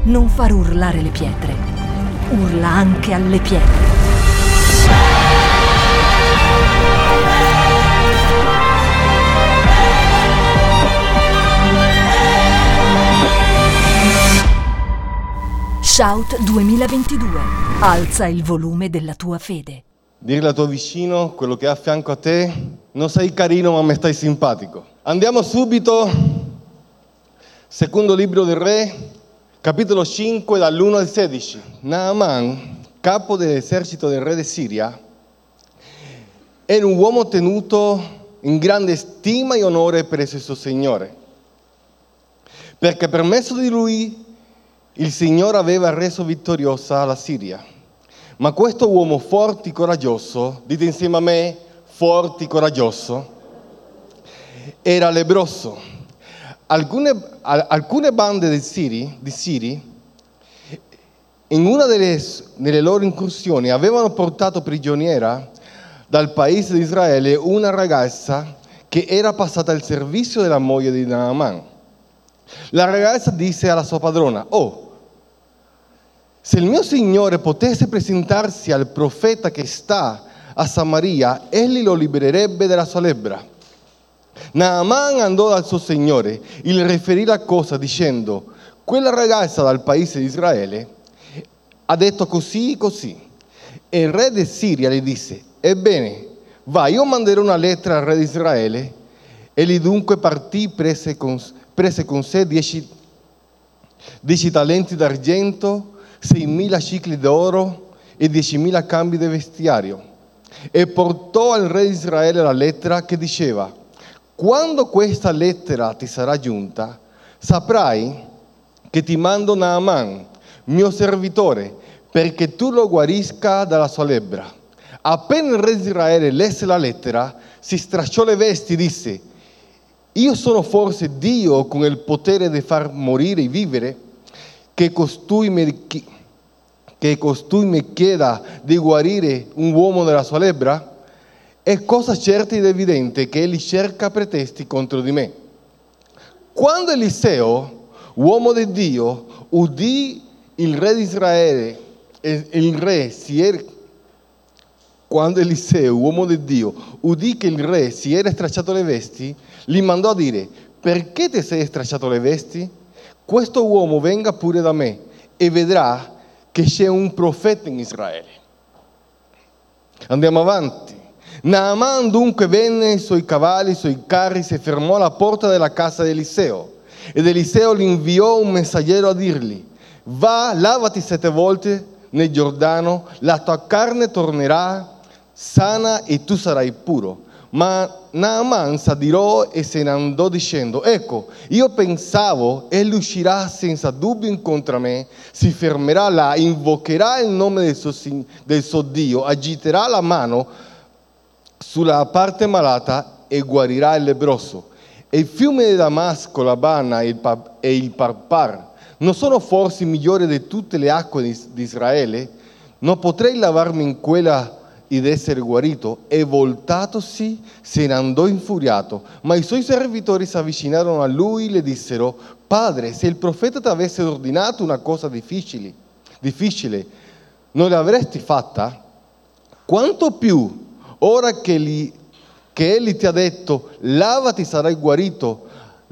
non far urlare le pietre, urla anche alle pietre. Shout 2022. Alza il volume della tua fede. Dire al tuo vicino, quello che è a fianco a te, non sei carino ma mi stai simpatico. Andiamo subito, secondo libro del re, capitolo 5, dall'1 al 16. Naaman, capo dell'esercito del re di Siria, era un uomo tenuto in grande stima e onore presso il suo Signore, perché per mezzo di lui il Signore aveva reso vittoriosa la Siria. Ma questo uomo forte e coraggioso, dite insieme a me, forte e coraggioso, era lebbroso. Alcune bande di Siri, in una delle loro incursioni, avevano portato prigioniera dal paese di Israele una ragazza che era passata al servizio della moglie di Naaman. La ragazza disse alla sua padrona: «Oh, se il mio Signore potesse presentarsi al profeta che sta a Samaria, egli lo libererebbe dalla sua lebbra». Naaman andò dal suo Signore, gli riferì la cosa dicendo: «Quella ragazza dal paese di Israele ha detto così e così». E il re di Siria gli disse: «Ebbene, va, io manderò una lettera al re di Israele». Egli dunque partì, prese con sé 10 talenti d'argento, 6.000 cicli d'oro e 10.000 cambi di vestiario, e portò al re di Israele la lettera che diceva: «Quando questa lettera ti sarà giunta, saprai che ti mando Naaman, mio servitore, perché tu lo guarisca dalla sua lebbra». Appena il re di Israele lesse la lettera, si stracciò le vesti e disse: «Io sono forse Dio con il potere di far morire e vivere, che costui mi chieda di guarire un uomo della sua lebbra? È cosa certa ed evidente che egli cerca pretesti contro di me». Quando Eliseo, uomo di Dio, udì il re di Israele, quando Eliseo, uomo di Dio, udì che il re si era stracciato le vesti, gli mandò a dire: «Perché ti sei stracciato le vesti? Questo uomo venga pure da me e vedrà che c'è un profeta in Israele». Andiamo avanti. Naaman dunque venne sui cavalli, sui carri, si fermò alla porta della casa di Eliseo. Ed Eliseo gli inviò un messaggero a dirgli: «Va, lavati 7 volte nel Giordano, la tua carne tornerà sana e tu sarai puro». Ma Naaman s'adirò e se ne andò dicendo: «Ecco, io pensavo, egli uscirà senza dubbio incontro a me, si fermerà là, invocherà il nome del suo Dio, agiterà la mano sulla parte malata e guarirà il lebbroso. E il fiume di Damasco, l'Abana e il Parpar non sono forse migliori di tutte le acque di Israele? Non potrei lavarmi in quella ed essere guarito?» E voltatosi se ne andò infuriato. Ma i suoi servitori si avvicinarono a lui e le dissero: «Padre, se il profeta ti avesse ordinato una cosa difficile, non l'avresti fatta? Quanto più ora che egli ti ha detto: lavati, sarai guarito.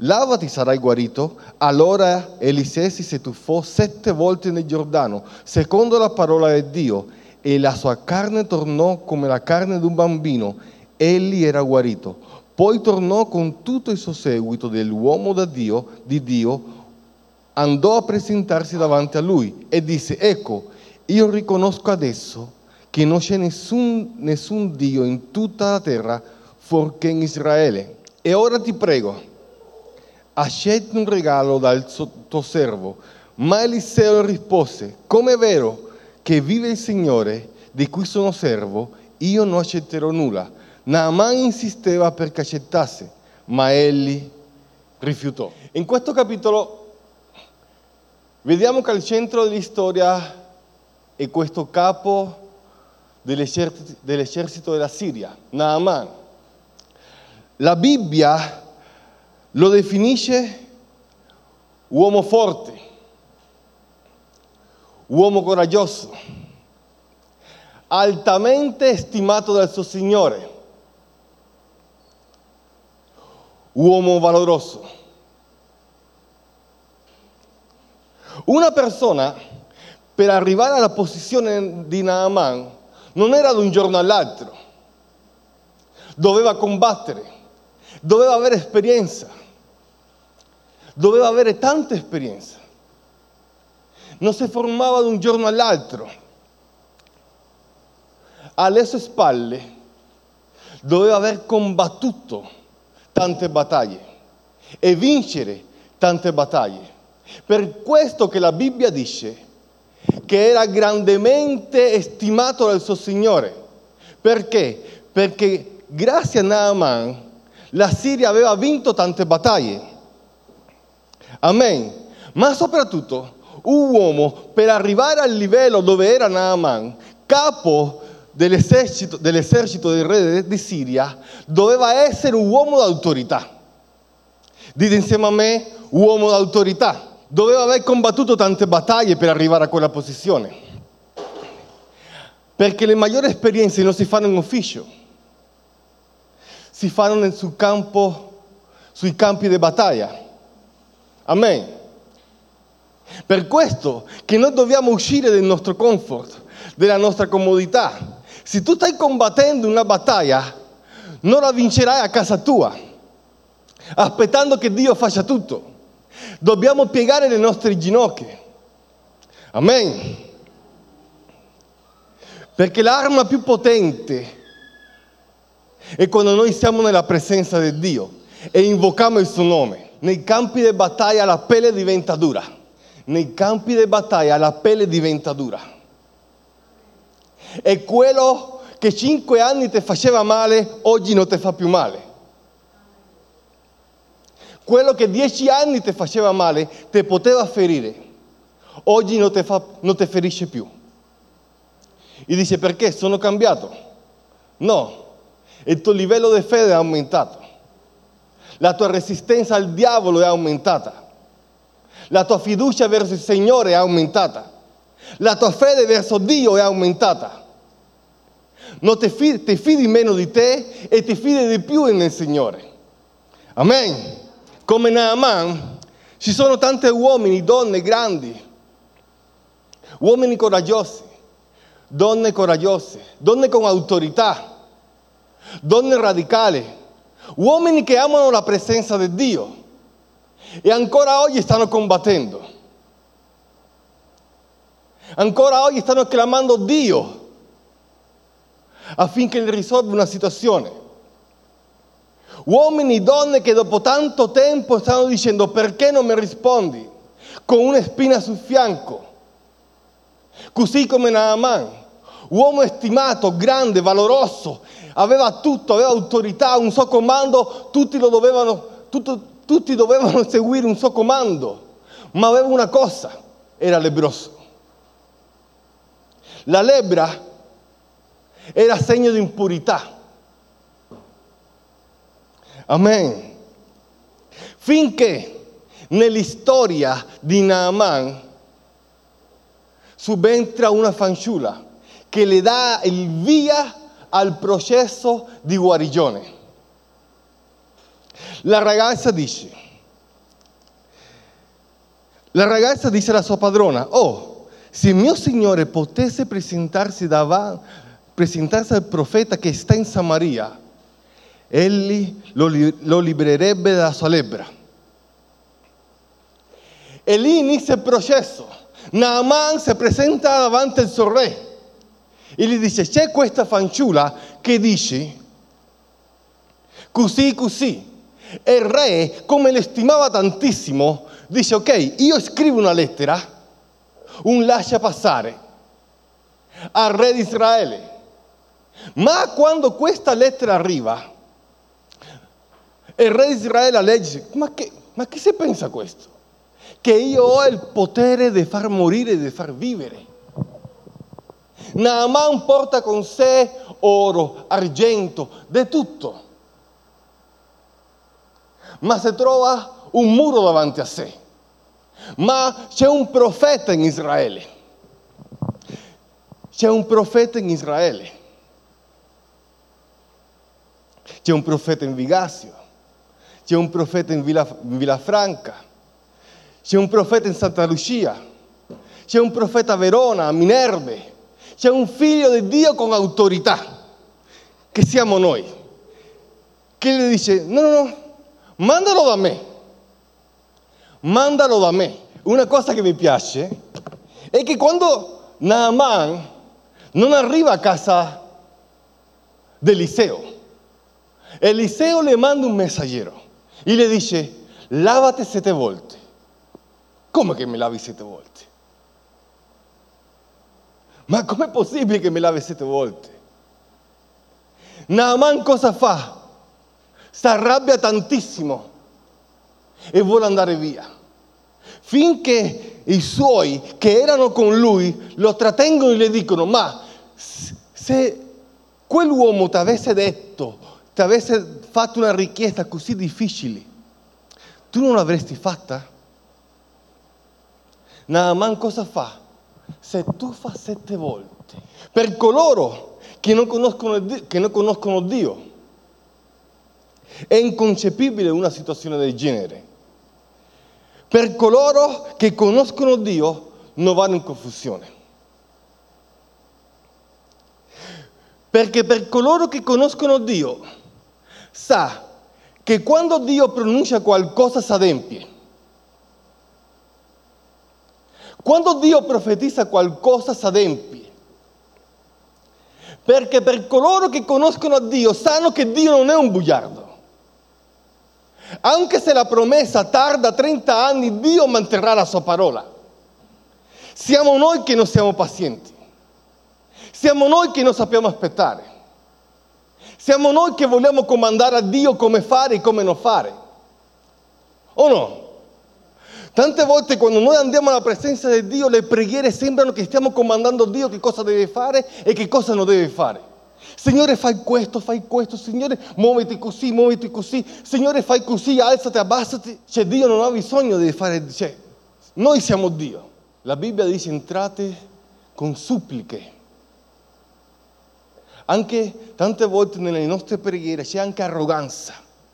Allora Eliseo si tuffò 7 volte nel Giordano, secondo la parola di Dio, e la sua carne tornò come la carne di un bambino. Egli era guarito. Poi tornò con tutto il suo seguito dell'uomo di Dio, andò a presentarsi davanti a lui e disse: «Ecco, io riconosco adesso che non c'è nessun Dio in tutta la terra fuorché in Israele. E ora ti prego, accetti un regalo dal tuo servo». Ma Eliseo rispose: «Come è vero che vive il Signore, di cui sono servo, io non accetterò nulla». Naaman insisteva perché accettasse, ma egli rifiutò. In questo capitolo vediamo che al centro della storia è questo capo dell'esercito della Siria, Naaman. La Bibbia lo definisce uomo forte, uomo coraggioso, altamente stimato dal suo Signore, uomo valoroso. Una persona, per arrivare alla posizione di Naaman, non era da un giorno all'altro. Doveva combattere, doveva avere esperienza, doveva avere tanta esperienza. Non si formava da un giorno all'altro. Alle sue spalle doveva aver combattuto tante battaglie e vincere tante battaglie. Per questo che la Bibbia dice che era grandemente stimato dal suo Signore. Perché? Perché grazie a Naaman la Siria aveva vinto tante battaglie. Amen. Ma soprattutto un uomo, per arrivare al livello dove era Naaman, capo dell'esercito del re di Siria, doveva essere un uomo d'autorità. Dite insieme a me, uomo d'autorità. Doveva aver combattuto tante battaglie per arrivare a quella posizione. Perché le maggiori esperienze non si fanno in ufficio, si fanno sul campo, sui campi di battaglia. Amen. Per questo che noi dobbiamo uscire del nostro comfort, della nostra comodità. Se tu stai combattendo una battaglia, non la vincerai a casa tua, aspettando che Dio faccia tutto. Dobbiamo piegare le nostre ginocchia. Amen. Perché l'arma più potente è quando noi siamo nella presenza di Dio e invochiamo il suo nome. Nei campi di battaglia la pelle diventa dura. Nei campi di battaglia la pelle diventa dura. E quello che 5 anni ti faceva male, oggi non ti fa più male. Quello che 10 anni ti faceva male, ti poteva ferire, oggi non ti ferisce più. E dice, perché? Sono cambiato? No, il tuo livello di fede è aumentato. La tua resistenza al diavolo è aumentata. La tua fiducia verso il Signore è aumentata. La tua fede verso Dio è aumentata. Non ti fidi meno di te e ti fidi di più nel Signore. Amen. Come Naaman, ci sono tanti uomini, donne grandi, uomini coraggiosi, donne coraggiose, donne con autorità, donne radicali, uomini che amano la presenza di Dio e ancora oggi stanno combattendo. Ancora oggi stanno clamando Dio affinché risolva una situazione. Uomini e donne che dopo tanto tempo stanno dicendo, perché non mi rispondi? Con una spina sul fianco. Così come Naaman, uomo stimato, grande, valoroso, aveva tutto, aveva autorità, un suo comando, tutti dovevano seguire un suo comando, ma aveva una cosa, era lebbroso. La lebbra era segno di impurità. Amen. Finché nell'istoria di Naaman subentra una fanciulla che le dà il via al processo di guarigione. La ragazza dice alla sua padrona, se mio Signore potesse presentarsi al profeta che sta in Samaria, egli lo libererebbe dalla sua lebbra. E lì inizia il processo. Naaman si presenta davanti al suo re e gli dice, c'è questa fanciulla che dice così. E il re, come le stimava tantissimo, dice, ok, io scrivo una lettera, un lascia passare al re di Israele. Ma quando questa lettera arriva, il re di Israele legge, ma che si pensa questo? Che io ho il potere di far morire e di far vivere. Naaman porta con sé oro, argento, di tutto. Ma si trova un muro davanti a sé. Ma c'è un profeta in Israele. c'è un profeta in Israele, c'è un profeta in Vigasio, c'è un profeta in Villafranca, c'è un profeta in Santa Lucia, c'è un profeta a Verona, a Minerve, c'è un figlio di Dio con autorità, che siamo noi, che gli dice, no, mandalo da me. Una cosa che mi piace è che quando Naaman non arriva a casa di Eliseo le manda un messaggero e le dice, lavate 7 volte. Come che mi lavi 7 volte? Ma com'è possibile che mi lavi 7 volte? Naaman cosa fa? Si arrabbia tantissimo e vuole andare via. Finché i suoi che erano con lui lo trattengono e le dicono, ma se quell'uomo ti avesse detto, ti avesse fatto una richiesta così difficile, tu non l'avresti fatta? Naaman cosa fa? Se tu fa 7 volte, per coloro che non conoscono Dio, è inconcepibile una situazione del genere. Per coloro che conoscono Dio non vanno in confusione. Perché per coloro che conoscono Dio sa che quando Dio pronuncia qualcosa si adempie. Quando Dio profetizza qualcosa si adempie. Perché per coloro che conoscono a Dio sanno che Dio non è un bugiardo. Anche se la promessa tarda 30 anni, Dio manterrà la sua parola. Siamo noi che non siamo pazienti. Siamo noi che non sappiamo aspettare. Siamo noi che vogliamo comandare a Dio come fare e come non fare. O no? Tante volte quando noi andiamo alla presenza di Dio, le preghiere sembrano che stiamo comandando a Dio che cosa deve fare e che cosa non deve fare. Signore, fai questo, Signore, muoviti così, Signore, fai così, alzati, abbassati. Cioè, Dio non ha bisogno di fare, noi siamo Dio. La Bibbia dice, entrate con suppliche. Anche tante volte nelle nostre preghiere c'è anche arroganza.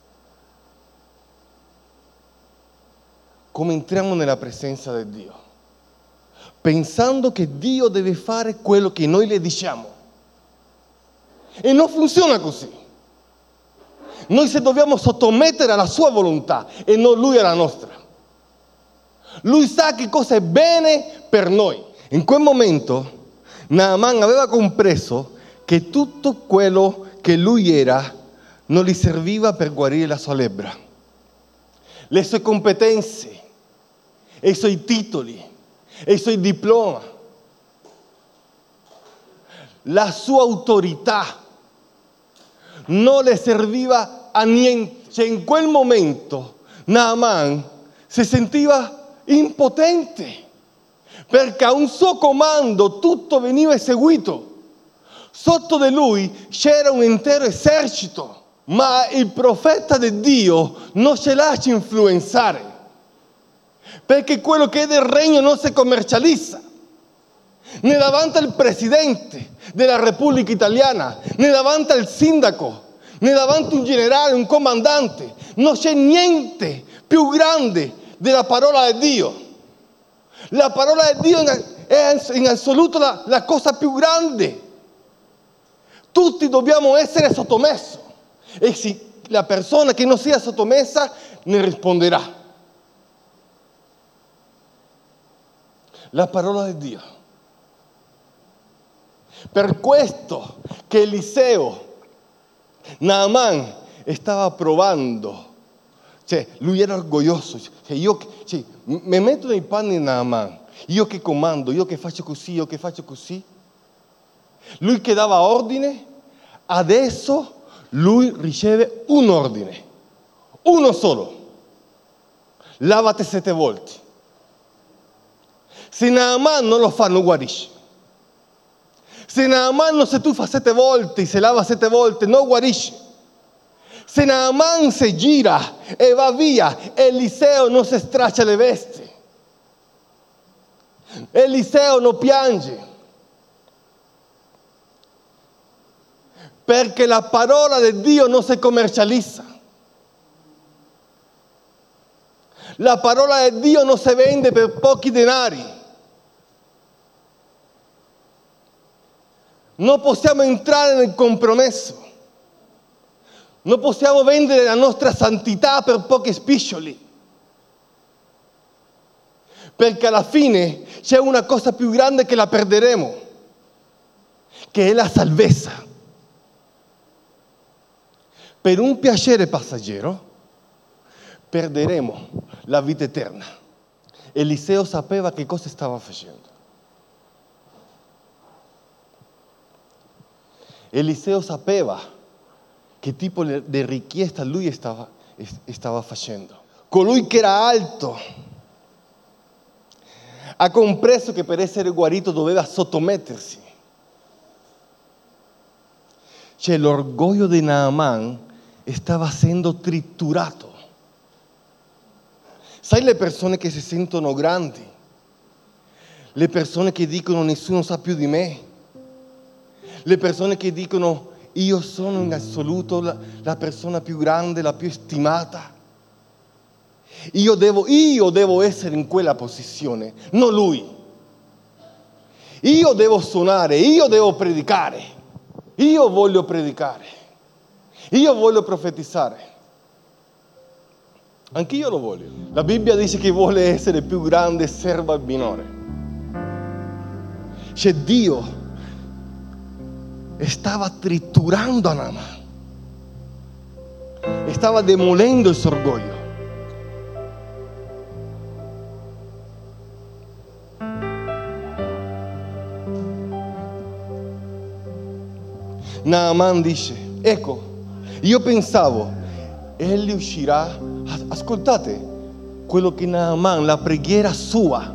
Come entriamo nella presenza di Dio, pensando che Dio deve fare quello che noi le diciamo. E non funziona così. Noi se dobbiamo sottomettere alla sua volontà e non lui alla nostra. Lui sa che cosa è bene per noi. In quel momento Naaman aveva compreso che tutto quello che lui era non gli serviva per guarire la sua lebbra. Le sue competenze, e i suoi titoli, e i suoi diplomi, la sua autorità non le serviva a niente. Cioè, in quel momento Naaman si sentiva impotente, perché a un suo comando tutto veniva eseguito. Sotto di lui c'era un intero esercito, ma il profeta di Dio non si lascia influenzare, perché quello che è del regno non si commercializza. Né davanti al presidente della Repubblica Italiana, né davanti al sindaco, né davanti a un generale, un comandante. Non c'è niente più grande della parola di Dio. La parola di Dio è in assoluto la cosa più grande. Tutti dobbiamo essere sottomessi. E se la persona che non sia sottomessa ne risponderà. La parola di Dio. Per questo che Eliseo, Naaman, stava provando. Cioè, lui era orgoglioso. Mi metto nei panni di Naaman. Io che comando, io che faccio così. Lui che dava ordine, adesso lui riceve un ordine. Uno solo. Lavate 7 volte. Se Naaman non lo fa, non guarisce. Se Naaman non si tuffa 7 volte, se lava 7 volte, non guarisce. Se Naaman si gira e va via, Eliseo non si straccia le vesti. Eliseo non piange. Perché la parola di Dio non si commercializza. La parola di Dio non si vende per pochi denari. Non possiamo entrare nel compromesso. Non possiamo vendere la nostra santità per pochi spiccioli. Perché alla fine c'è una cosa più grande che la perderemo, che è la salvezza. Per un piacere passeggero perderemo la vita eterna. Eliseo sapeva che cosa stava facendo. Eliseo sapeva che tipo di richiesta lui stava facendo. Colui che era alto ha compreso che per essere guarito doveva sottomettersi. Cioè l'orgoglio di Naaman stava essendo triturato. Sai le persone che si sentono grandi? Le persone che dicono nessuno sa più di me? Le persone che dicono io sono in assoluto la persona più grande, la più stimata? Io devo essere in quella posizione, non lui. Io devo suonare, io devo predicare, io voglio predicare, io voglio profetizzare. Anch'io lo voglio. La Bibbia dice che vuole essere più grande, serva al minore. Cioè Dio stava triturando Naaman, stava demolendo il suo orgoglio. Naaman dice, ecco, io pensavo, egli uscirà, ascoltate, quello che Naaman, la preghiera sua,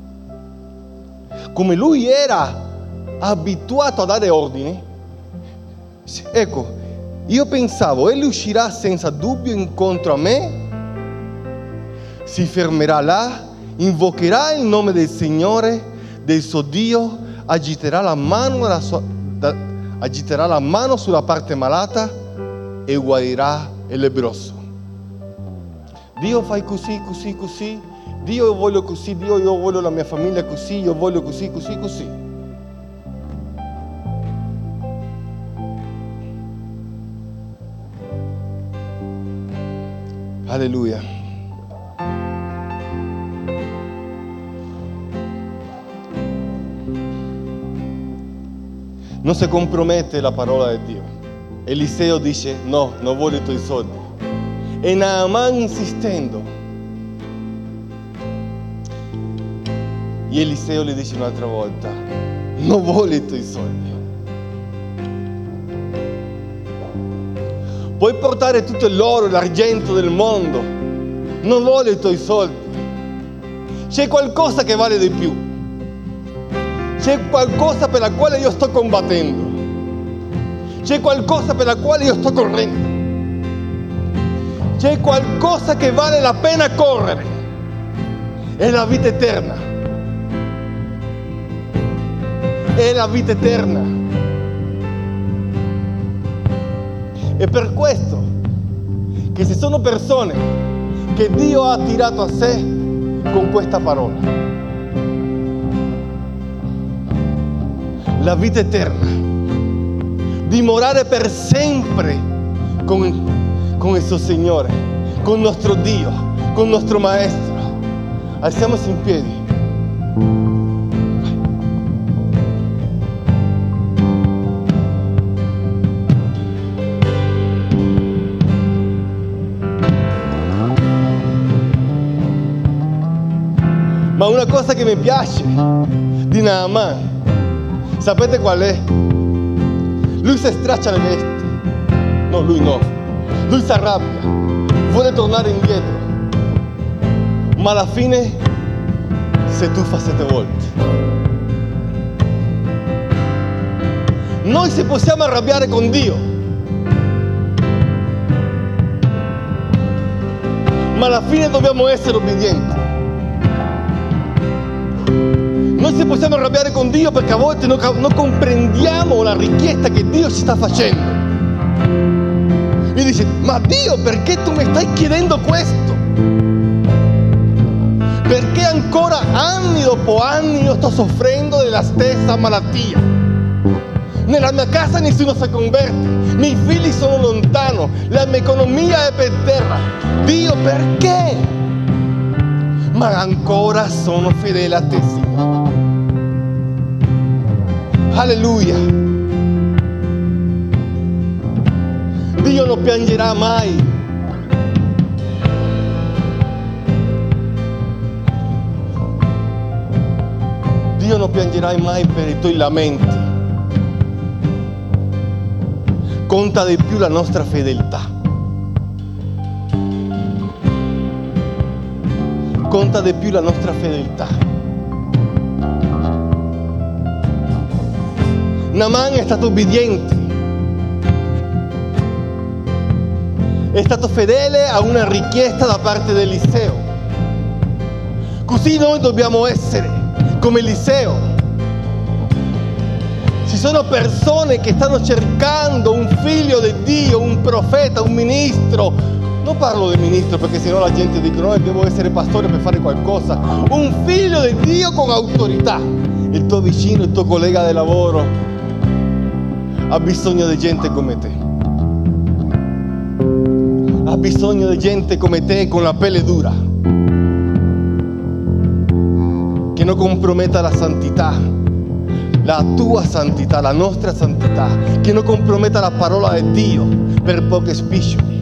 come lui era abituato a dare ordini, ecco, io pensavo, egli uscirà senza dubbio incontro a me, si fermerà là, invocherà il nome del Signore, del suo Dio, agiterà la mano sulla parte malata e guarirà il lebbroso. Dio fai così, così, così. Dio io voglio così, Dio io voglio la mia famiglia così, io voglio così, così, così. Alleluia. Non si compromette la parola di Dio. Eliseo dice no, non voglio i tuoi soldi. E Naaman insistendo. E Eliseo gli dice un'altra volta, non voglio i tuoi soldi. Puoi portare tutto l'oro e l'argento del mondo, non voglio i tuoi soldi. C'è qualcosa che vale di più. C'è qualcosa per la quale io sto combattendo. C'è qualcosa per la quale io sto correndo. C'è qualcosa che vale la pena correre. È la vita eterna. È la vita eterna. È per questo che ci sono persone che Dio ha attirato a sé con questa parola. La vita eterna, dimorare per sempre con il suo Signore, con il nostro Dio, con il nostro Maestro. Alziamoci in piedi. Ma una cosa che mi piace di Naaman, sapete qual è? Lui si straccia le vesti. No, lui no. Lui si arrabbia. Vuole tornare indietro. Ma alla fine si tuffa 7 volte. Noi ci possiamo arrabbiare con Dio. Ma alla fine dobbiamo essere obbedienti. Noi ci possiamo arrabbiare con Dio perché a volte non comprendiamo la richiesta che Dio ci sta facendo. Mi dice, ma Dio, perché tu mi stai chiedendo questo? Perché ancora anni dopo anni io sto soffrendo della stessa malattia? Nella mia casa nessuno si converte, i miei figli sono lontano, la mia economia è per terra. Dio, perché? Ma ancora sono fedele a te, Signore. Alleluia. Dio non piangerà mai. Dio non piangerà mai per i tuoi lamenti. Conta di più la nostra fedeltà. Conta di più la nostra fedeltà. Naaman è stato obbediente. È stato fedele a una richiesta da parte di Eliseo. Così noi dobbiamo essere come Eliseo. Ci sono persone che stanno cercando un figlio di Dio, un profeta, un ministro. Non parlo di ministro perché sennò la gente dice no, devo essere pastore per fare qualcosa. Un figlio di Dio con autorità. Il tuo vicino, il tuo collega di lavoro ha bisogno di gente come te. Ha bisogno di gente come te con la pelle dura. Che non comprometta la santità. La tua santità, la nostra santità, che non comprometta la parola di Dio per poche spiccioli.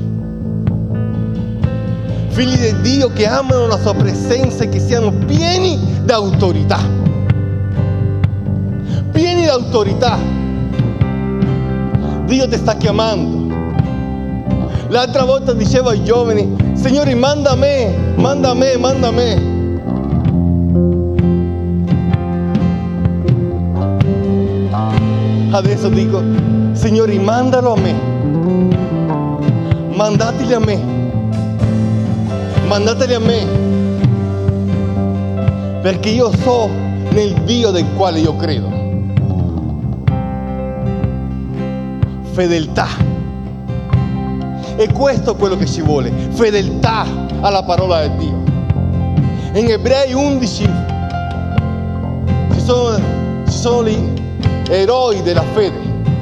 Figli di Dio che amano la sua presenza e che siano pieni di autorità. Pieni di autorità. Dio ti sta chiamando. L'altra volta dicevo ai giovani, Signore, manda a me, manda a me, manda a me. Adesso dico, Signore, mandalo a me. Mandateli a me. Mandateli a me. Perché io so nel Dio del quale io credo. Fedeltà. E questo è quello che ci vuole. Fedeltà alla parola di Dio. In Ebrei 11 ci sono gli eroi della fede.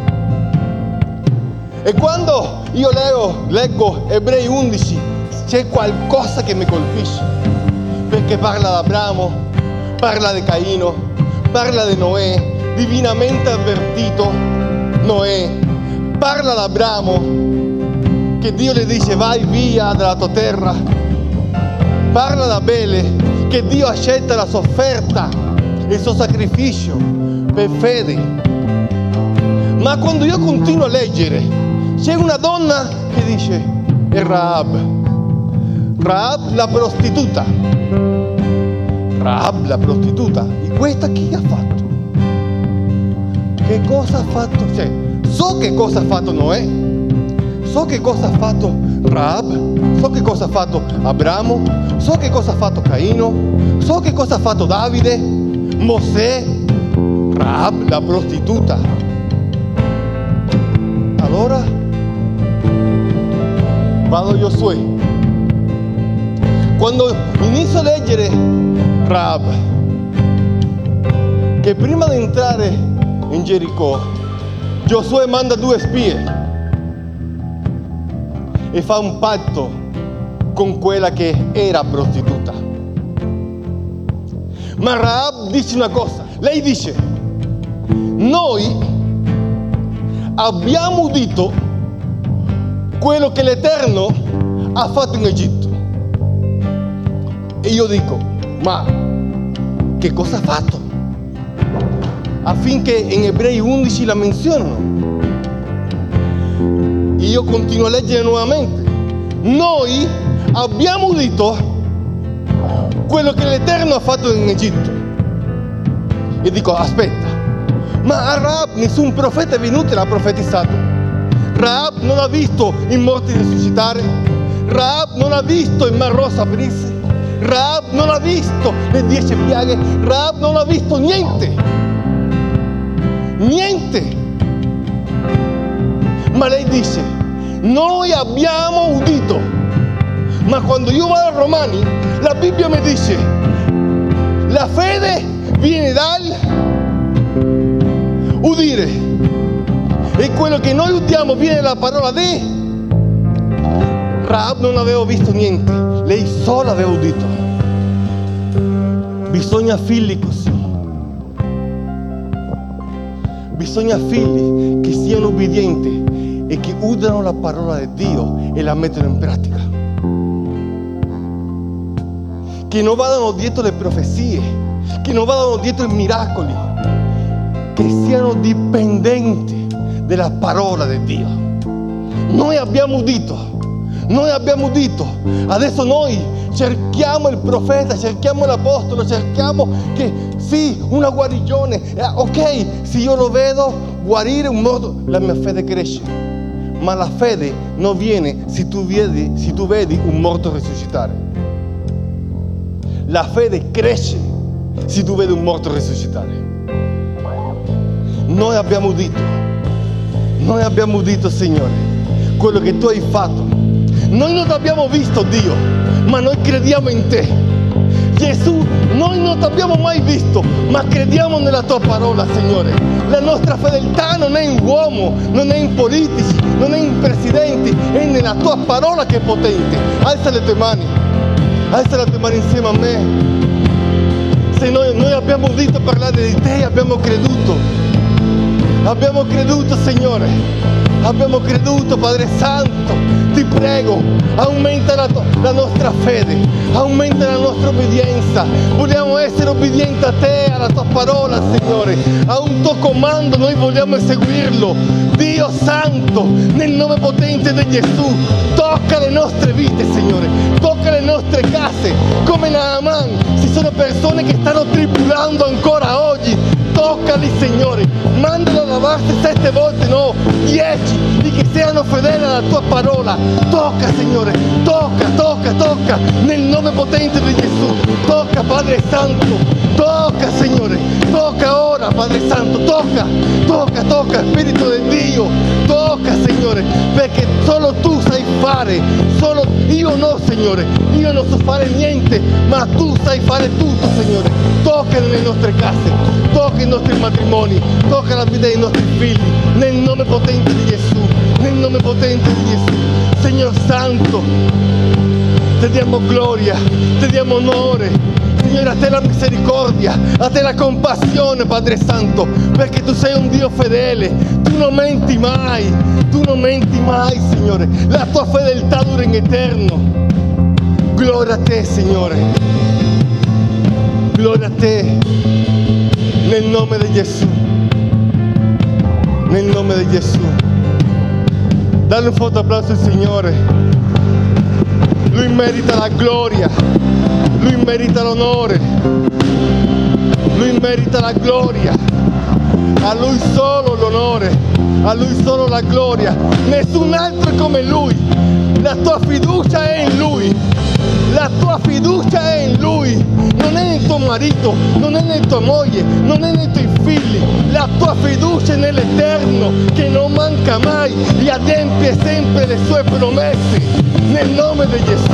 E quando io leggo Ebrei 11 c'è qualcosa che mi colpisce, perché parla di Abramo, parla di Caino, parla di Noè, divinamente avvertito Noè, parla di Abramo che Dio le dice vai via dalla tua terra, parla di Abele che Dio accetta la sua offerta, il suo sacrificio per fede. Ma quando io continuo a leggere c'è una donna che dice è Rahab la prostituta. Rahab la prostituta. E questa chi ha fatto? Che cosa ha fatto? Cioè, so che cosa ha fatto Noè, so che cosa ha fatto Rahab, so che cosa ha fatto Abramo, so che cosa ha fatto Caino, so che cosa ha fatto Davide, Mosè. Rahab la prostituta. Allora vado a Giosuè. Quando inizio a leggere Rahab, che prima di entrare in Gericò Giosuè manda 2 spie e fa un patto con quella che era prostituta. Ma Rahab dice una cosa. Lei dice: noi abbiamo udito quello che l'Eterno ha fatto in Egitto. E io dico, ma che cosa ha fatto? Affinché in Ebrei 11 la menzionano. Io continuo a leggere nuovamente. Noi abbiamo udito quello che l'Eterno ha fatto in Egitto. E dico, aspetta, ma a Rahab nessun profeta è venuto e l'ha profetizzato. Rahab non ha visto i morti risuscitare. Rahab non ha visto il Mar Rosso aprirsi. Rahab non ha visto le 10 piaghe. Rahab non ha visto niente. Niente. Ma lei dice, noi abbiamo udito. Ma quando io vado a Romani, la Bibbia mi dice, la fede viene dal udire. E quello che noi udiamo viene dalla parola di Rahab. Non aveva visto niente, lei sola aveva udito. Bisogna figli così. Bisogna figli che siano obbedienti e che udano la parola di Dio e la mettono in pratica. Che non vadano dietro le profezie, che non vadano dietro i miracoli, che siano dipendenti della parola di Dio. Noi abbiamo udito. Adesso noi cerchiamo il profeta, cerchiamo l'apostolo, cerchiamo che sì, una guarigione. Ok, se io lo vedo guarire un morto, la mia fede cresce. Ma la fede non viene se tu vedi un morto risuscitare. La fede cresce se tu vedi un morto risuscitare. Noi abbiamo udito, Signore, quello che tu hai fatto. Noi non abbiamo visto Dio, ma noi crediamo in te. Gesù, noi non ti abbiamo mai visto, ma crediamo nella tua parola, Signore. La nostra fedeltà non è in uomo, non è in politici, non è in presidenti, è nella tua parola che è potente. Alza le tue mani insieme a me. Se noi abbiamo udito parlare di te, abbiamo creduto, Signore, abbiamo creduto, Padre Santo. Ti prego, aumenta la nostra fede, aumenta la nostra obbedienza. Vogliamo essere obbedienti a te, alla tua parola, Signore. A un tuo comando noi vogliamo eseguirlo. Dio Santo, nel nome potente di Gesù, tocca le nostre vite, Signore. Tocca le nostre case, come Naaman. Ci sono persone che stanno tribulando ancora oggi. Toccali, Signore. Mandalo a lavarsi 7 volte, no, 10, di che siano fedeli alla tua parola. Tocca, Signore, tocca, nel nome potente di Gesù. Tocca, Padre Santo, tocca, Signore, tocca ora, Padre Santo, tocca, Spirito di Dio, tocca, Signore, perché solo tu sai fare, solo io no, Signore, io non so fare niente, ma tu sai fare tutto, Signore. Tocca nelle nostre case, tocca i nostri matrimoni, tocca la vita dei nostri figli, nel nome potente di Gesù, nel nome potente di Gesù. Signor Santo, ti diamo gloria, ti diamo onore. Signore, a te la misericordia, a te la compassione, Padre Santo, perché tu sei un Dio fedele, tu non menti mai, Signore. La tua fedeltà dura in eterno. Gloria a te, Signore. Gloria a te. Nel nome di Gesù. Nel nome di Gesù. Dale un forte applauso al Signore. Lui merita la gloria. Lui merita l'onore. Lui merita la gloria. A Lui solo l'onore. A Lui solo la gloria. Nessun altro è come Lui. La tua fiducia è in Lui. La tua fiducia è in Lui. Non è nel tuo marito, non è nella tua moglie, non è nei tuoi figli. La tua fiducia è nell'Eterno, che non manca mai e adempie sempre le sue promesse. Nel nome di Gesù.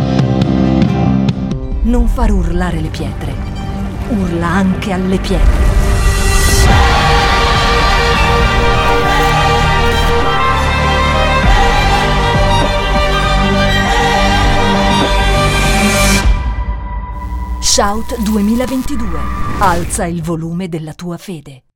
Non far urlare le pietre. Urla anche alle pietre. Shout 2022. Alza il volume della tua fede.